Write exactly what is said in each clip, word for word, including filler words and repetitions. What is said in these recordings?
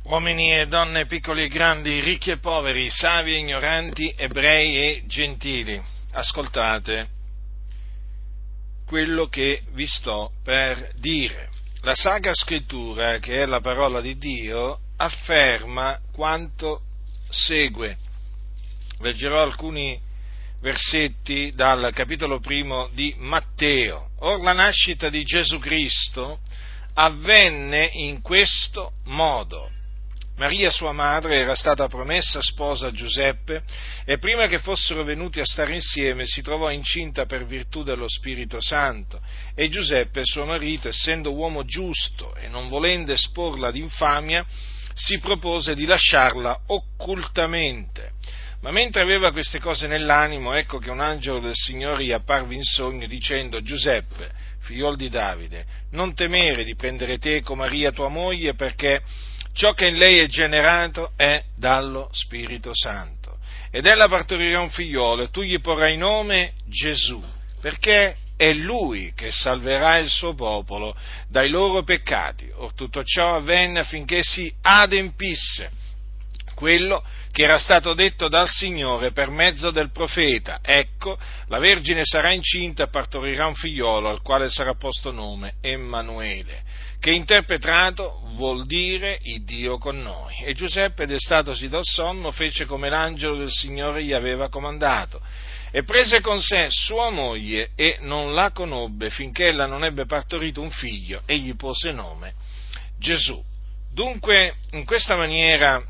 Uomini e donne, piccoli e grandi, ricchi e poveri, savi e ignoranti, ebrei e gentili, ascoltate quello che vi sto per dire. La Sacra Scrittura, che è la parola di Dio, afferma quanto segue. Leggerò alcuni versetti dal capitolo primo di Matteo. Or la nascita di Gesù Cristo avvenne in questo modo. Maria, sua madre, era stata promessa sposa a Giuseppe e prima che fossero venuti a stare insieme si trovò incinta per virtù dello Spirito Santo e Giuseppe, suo marito, essendo uomo giusto e non volendo esporla ad infamia, si propose di lasciarla occultamente. Ma mentre aveva queste cose nell'animo, ecco che un angelo del Signore gli apparve in sogno dicendo: Giuseppe, figliol di Davide, non temere di prendere teco Maria tua moglie, perché ciò che in lei è generato è dallo Spirito Santo. Ed ella partorirà un figliolo e tu gli porrai nome Gesù, perché è lui che salverà il suo popolo dai loro peccati. Or tutto ciò avvenne affinché si adempisse quello che era stato detto dal Signore per mezzo del profeta: ecco, la Vergine sarà incinta e partorirà un figliolo, al quale sarà posto nome Emmanuele, che interpretato vuol dire il Dio con noi. E Giuseppe, destatosi dal sonno, fece come l'angelo del Signore gli aveva comandato, e prese con sé sua moglie e non la conobbe finché ella non ebbe partorito un figlio, e gli pose nome Gesù. Dunque, in questa maniera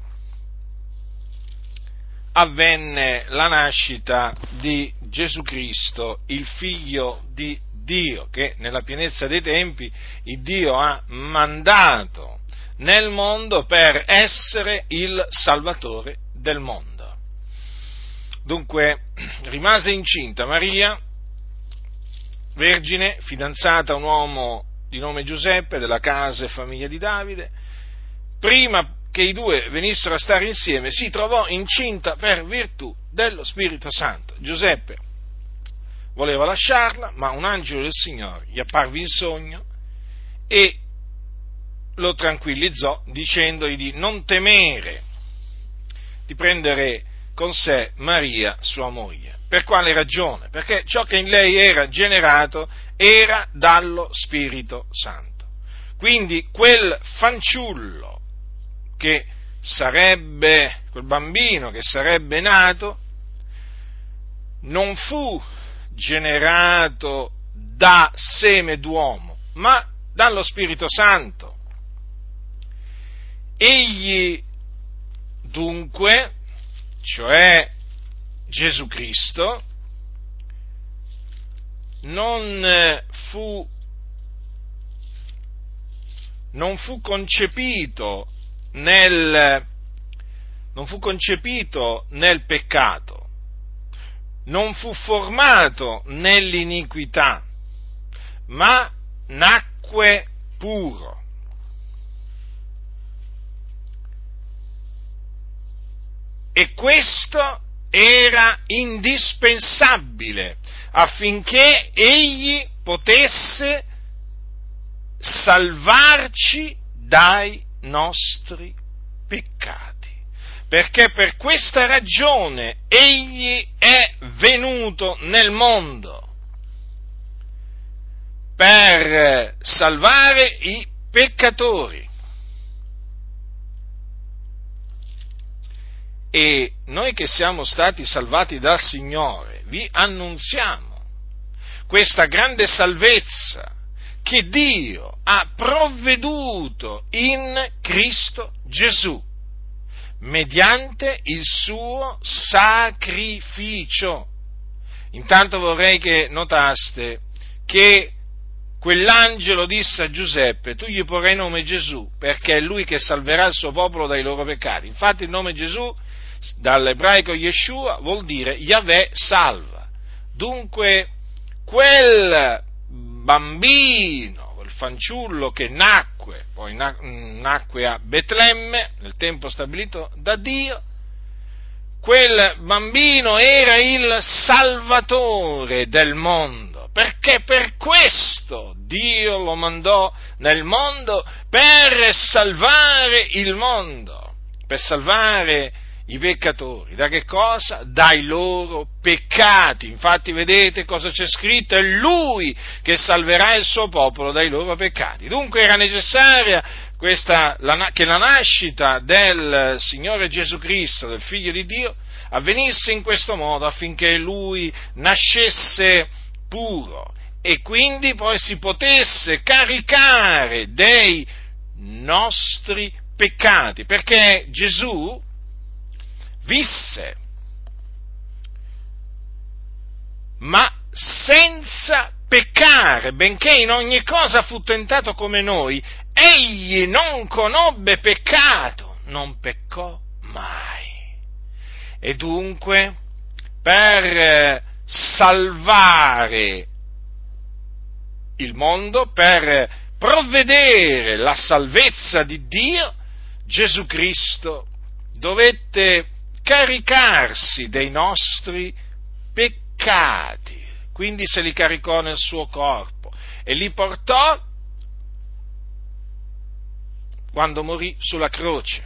avvenne la nascita di Gesù Cristo, il Figlio di Dio, che nella pienezza dei tempi il Dio ha mandato nel mondo per essere il Salvatore del mondo. Dunque rimase incinta Maria, vergine, fidanzata a un uomo di nome Giuseppe, della casa e famiglia di Davide. Prima che i due venissero a stare insieme, si trovò incinta per virtù dello Spirito Santo. Giuseppe voleva lasciarla, ma un angelo del Signore gli apparve in sogno e lo tranquillizzò dicendogli di non temere di prendere con sé Maria, sua moglie. Per quale ragione? Perché ciò che in lei era generato era dallo Spirito Santo. Quindi quel fanciullo che sarebbe, quel bambino che sarebbe nato, non fu generato da seme d'uomo, ma dallo Spirito Santo. Egli, dunque, cioè Gesù Cristo, non fu, non fu concepito Nel, non fu concepito nel peccato, non fu formato nell'iniquità, ma nacque puro. E questo era indispensabile affinché egli potesse salvarci dai nostri peccati, perché per questa ragione egli è venuto nel mondo, per salvare i peccatori. E noi che siamo stati salvati dal Signore vi annunziamo questa grande salvezza che Dio ha provveduto in Cristo Gesù, mediante il suo sacrificio. Intanto vorrei che notaste che quell'angelo disse a Giuseppe: tu gli porrai nome Gesù, perché è lui che salverà il suo popolo dai loro peccati. Infatti il nome Gesù, dall'ebraico Yeshua, vuol dire Yahweh salva. Dunque quel bambino, quel fanciullo che nacque, poi nacque a Betlemme, nel tempo stabilito da Dio, quel bambino era il Salvatore del mondo, perché per questo Dio lo mandò nel mondo, per salvare il mondo, per salvare i peccatori. Da che cosa? Dai loro peccati. Infatti vedete cosa c'è scritto? È Lui che salverà il suo popolo dai loro peccati. Dunque era necessaria questa, la, che la nascita del Signore Gesù Cristo, del Figlio di Dio, avvenisse in questo modo, affinché Lui nascesse puro e quindi poi si potesse caricare dei nostri peccati, perché Gesù visse, ma senza peccare, benché in ogni cosa fu tentato come noi, egli non conobbe peccato, non peccò mai. E dunque, per salvare il mondo, per provvedere la salvezza di Dio, Gesù Cristo dovette caricarsi dei nostri peccati, quindi se li caricò nel suo corpo e li portò quando morì sulla croce.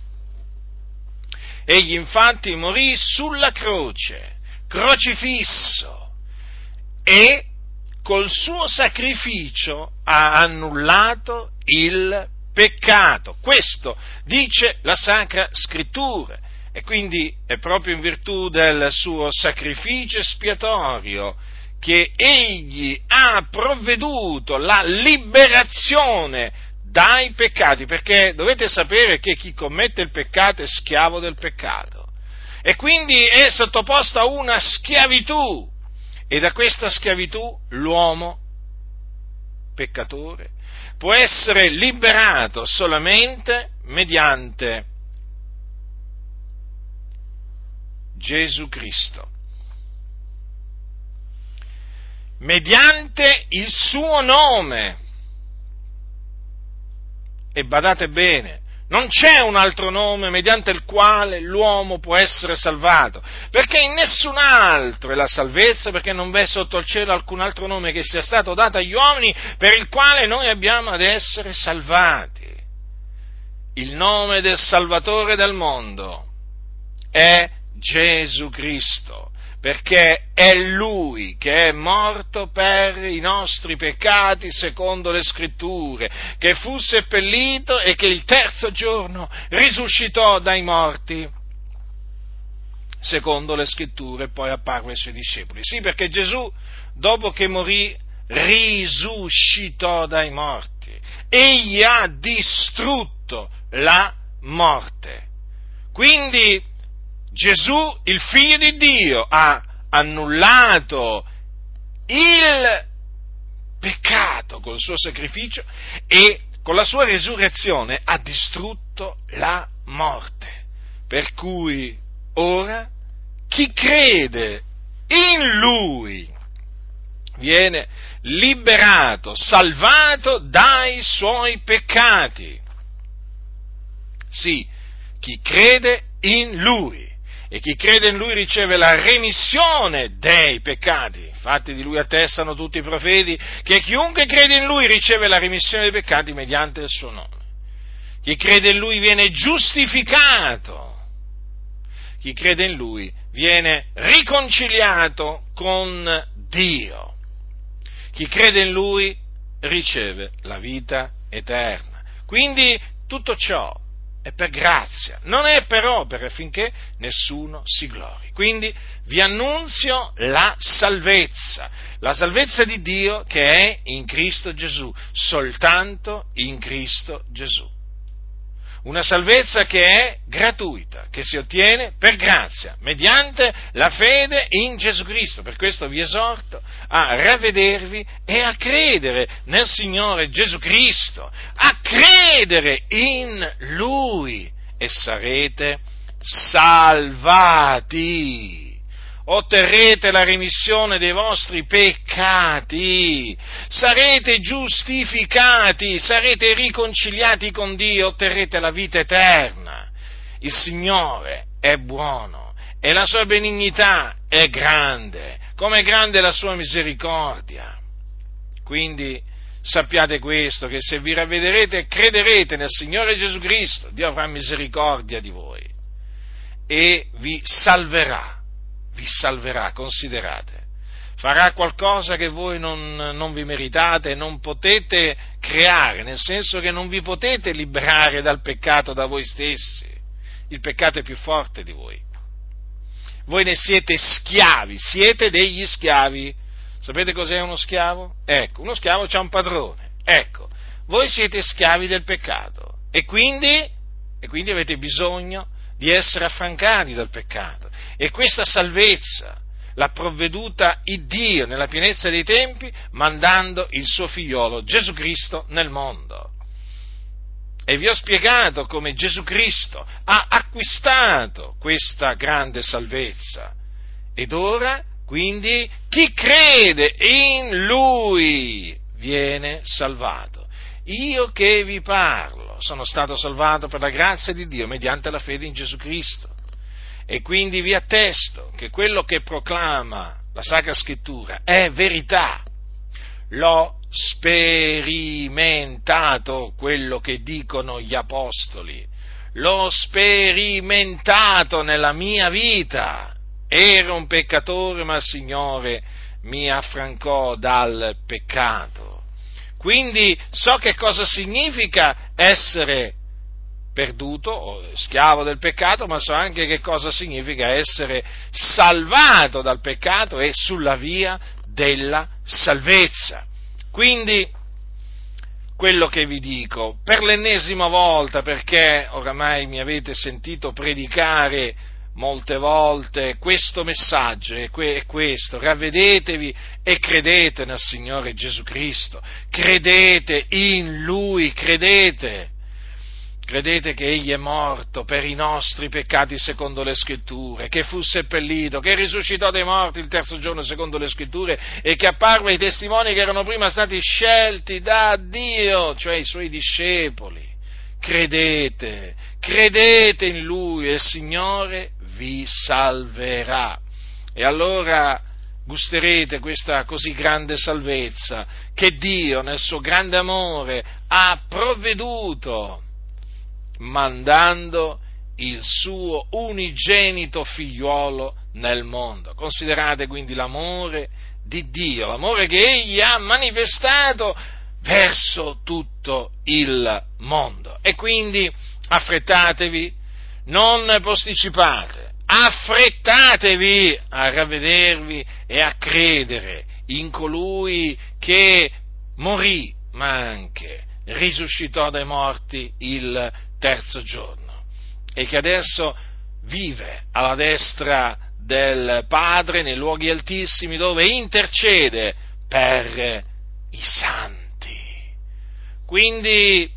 Egli infatti morì sulla croce, crocifisso, e col suo sacrificio ha annullato il peccato. Questo dice la Sacra Scrittura, e quindi è proprio in virtù del suo sacrificio espiatorio che egli ha provveduto la liberazione dai peccati, perché dovete sapere che chi commette il peccato è schiavo del peccato e quindi è sottoposto a una schiavitù, e da questa schiavitù l'uomo peccatore può essere liberato solamente mediante Gesù Cristo, mediante il suo nome. E badate bene, non c'è un altro nome mediante il quale l'uomo può essere salvato, perché in nessun altro è la salvezza, perché non v'è sotto il cielo alcun altro nome che sia stato dato agli uomini per il quale noi abbiamo ad essere salvati. Il nome del Salvatore del mondo è Gesù Cristo, perché è Lui che è morto per i nostri peccati secondo le Scritture, che fu seppellito e che il terzo giorno risuscitò dai morti secondo le Scritture, e poi apparve ai Suoi discepoli. Sì, perché Gesù, dopo che morì, risuscitò dai morti. Egli ha distrutto la morte. Quindi Gesù, il Figlio di Dio, ha annullato il peccato col suo sacrificio e con la sua resurrezione ha distrutto la morte. Per cui ora chi crede in Lui viene liberato, salvato dai suoi peccati. Sì, chi crede in Lui. E chi crede in Lui riceve la remissione dei peccati. Infatti di Lui attestano tutti i profeti che chiunque crede in Lui riceve la remissione dei peccati mediante il suo nome. Chi crede in Lui viene giustificato. Chi crede in Lui viene riconciliato con Dio. Chi crede in Lui riceve la vita eterna. Quindi tutto ciò è per grazia, non è per opere, affinché nessuno si glori. Quindi vi annunzio la salvezza, la salvezza di Dio che è in Cristo Gesù, soltanto in Cristo Gesù. Una salvezza che è gratuita, che si ottiene per grazia, mediante la fede in Gesù Cristo. Per questo vi esorto a ravvedervi e a credere nel Signore Gesù Cristo, a credere in Lui e sarete salvati. Otterrete la remissione dei vostri peccati, sarete giustificati, sarete riconciliati con Dio, otterrete la vita eterna. Il Signore è buono e la sua benignità è grande. come è grande la sua misericordia. Quindi sappiate questo, che se vi ravvederete e crederete nel Signore Gesù Cristo, Dio avrà misericordia di voi e vi salverà, vi salverà, considerate. Farà qualcosa che voi non, non vi meritate, non potete creare, nel senso che non vi potete liberare dal peccato da voi stessi. Il peccato è più forte di voi. Voi ne siete schiavi, siete degli schiavi. Sapete cos'è uno schiavo? Ecco, uno schiavo c'ha un padrone. Ecco, voi siete schiavi del peccato e quindi, e quindi avete bisogno di essere affrancati dal peccato. E questa salvezza l'ha provveduta il Dio nella pienezza dei tempi, mandando il suo figliolo Gesù Cristo nel mondo. E vi ho spiegato come Gesù Cristo ha acquistato questa grande salvezza. Ed ora, quindi, chi crede in Lui viene salvato. Io che vi parlo sono stato salvato per la grazia di Dio mediante la fede in Gesù Cristo. E quindi vi attesto che quello che proclama la Sacra Scrittura è verità. L'ho sperimentato, quello che dicono gli apostoli. L'ho sperimentato nella mia vita. Ero un peccatore, ma il Signore mi affrancò dal peccato. Quindi so che cosa significa essere perduto o schiavo del peccato, ma so anche che cosa significa essere salvato dal peccato e sulla via della salvezza. Quindi, quello che vi dico, per l'ennesima volta, perché oramai mi avete sentito predicare molte volte questo messaggio, è questo: ravvedetevi e credete nel Signore Gesù Cristo, credete in Lui, credete. Credete che Egli è morto per i nostri peccati secondo le Scritture, che fu seppellito, che risuscitò dai morti il terzo giorno secondo le Scritture e che apparve ai testimoni che erano prima stati scelti da Dio, cioè i Suoi discepoli. Credete, credete in Lui e il Signore vi salverà. E allora gusterete questa così grande salvezza che Dio nel suo grande amore ha provveduto, mandando il suo unigenito figliuolo nel mondo. Considerate quindi l'amore di Dio, l'amore che Egli ha manifestato verso tutto il mondo. E quindi affrettatevi, non posticipate, affrettatevi a ravvedervi e a credere in colui che morì, ma anche risuscitò dai morti il terzo giorno e che adesso vive alla destra del Padre nei luoghi altissimi, dove intercede per i santi. Quindi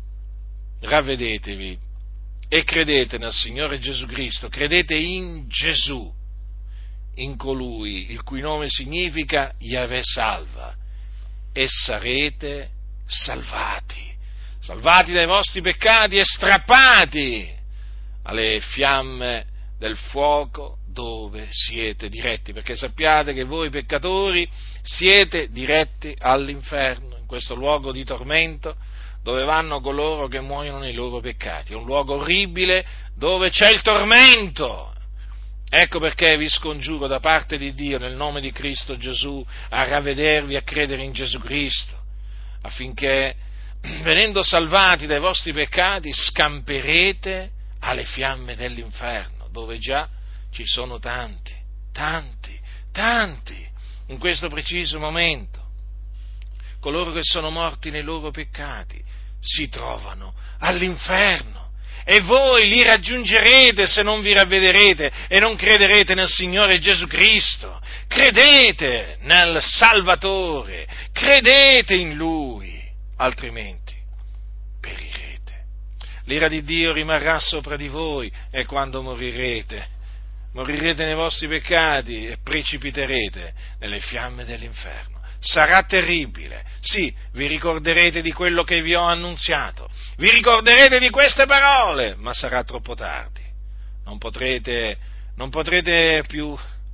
ravvedetevi e credete nel Signore Gesù Cristo, credete in Gesù, in colui il cui nome significa Yahweh salva, e sarete salvati. Salvati dai vostri peccati e strappati alle fiamme del fuoco dove siete diretti, perché sappiate che voi peccatori siete diretti all'inferno, in questo luogo di tormento dove vanno coloro che muoiono nei loro peccati. È un luogo orribile dove c'è il tormento. Ecco perché vi scongiuro da parte di Dio, nel nome di Cristo Gesù, a ravvedervi e a credere in Gesù Cristo, affinché, venendo salvati dai vostri peccati, scamperete alle fiamme dell'inferno, dove già ci sono tanti, tanti, tanti, in questo preciso momento. Coloro che sono morti nei loro peccati si trovano all'inferno e voi li raggiungerete se non vi ravvederete e non crederete nel Signore Gesù Cristo. Credete nel Salvatore, credete in Lui, altrimenti perirete. L'ira di Dio rimarrà sopra di voi e quando morirete, morirete nei vostri peccati e precipiterete nelle fiamme dell'inferno. Sarà terribile, sì, vi ricorderete di quello che vi ho annunziato, vi ricorderete di queste parole, ma sarà troppo tardi, non potrete, non potrete più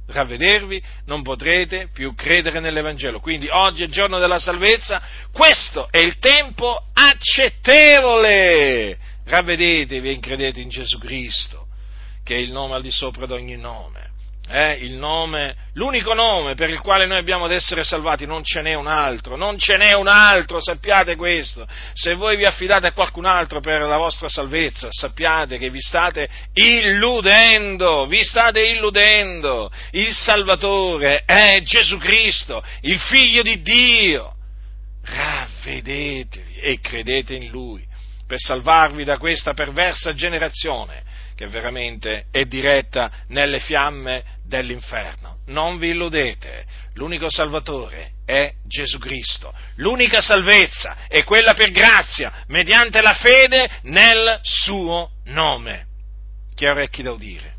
ravvedervi, non potrete più credere nell'Evangelo. Quindi oggi è giorno della salvezza, questo è il tempo accettevole. Ravvedetevi e incredete in Gesù Cristo, che è il nome al di sopra di ogni nome. Eh, il nome, l'unico nome per il quale noi abbiamo ad essere salvati, non ce n'è un altro, non ce n'è un altro, sappiate questo. Se voi vi affidate a qualcun altro per la vostra salvezza, sappiate che vi state illudendo, vi state illudendo. Il Salvatore è Gesù Cristo, il Figlio di Dio. Ravvedetevi e credete in Lui per salvarvi da questa perversa generazione che veramente è diretta nelle fiamme dell'inferno. Non vi illudete, l'unico Salvatore è Gesù Cristo, l'unica salvezza è quella per grazia, mediante la fede nel suo nome. Chi ha orecchi da udire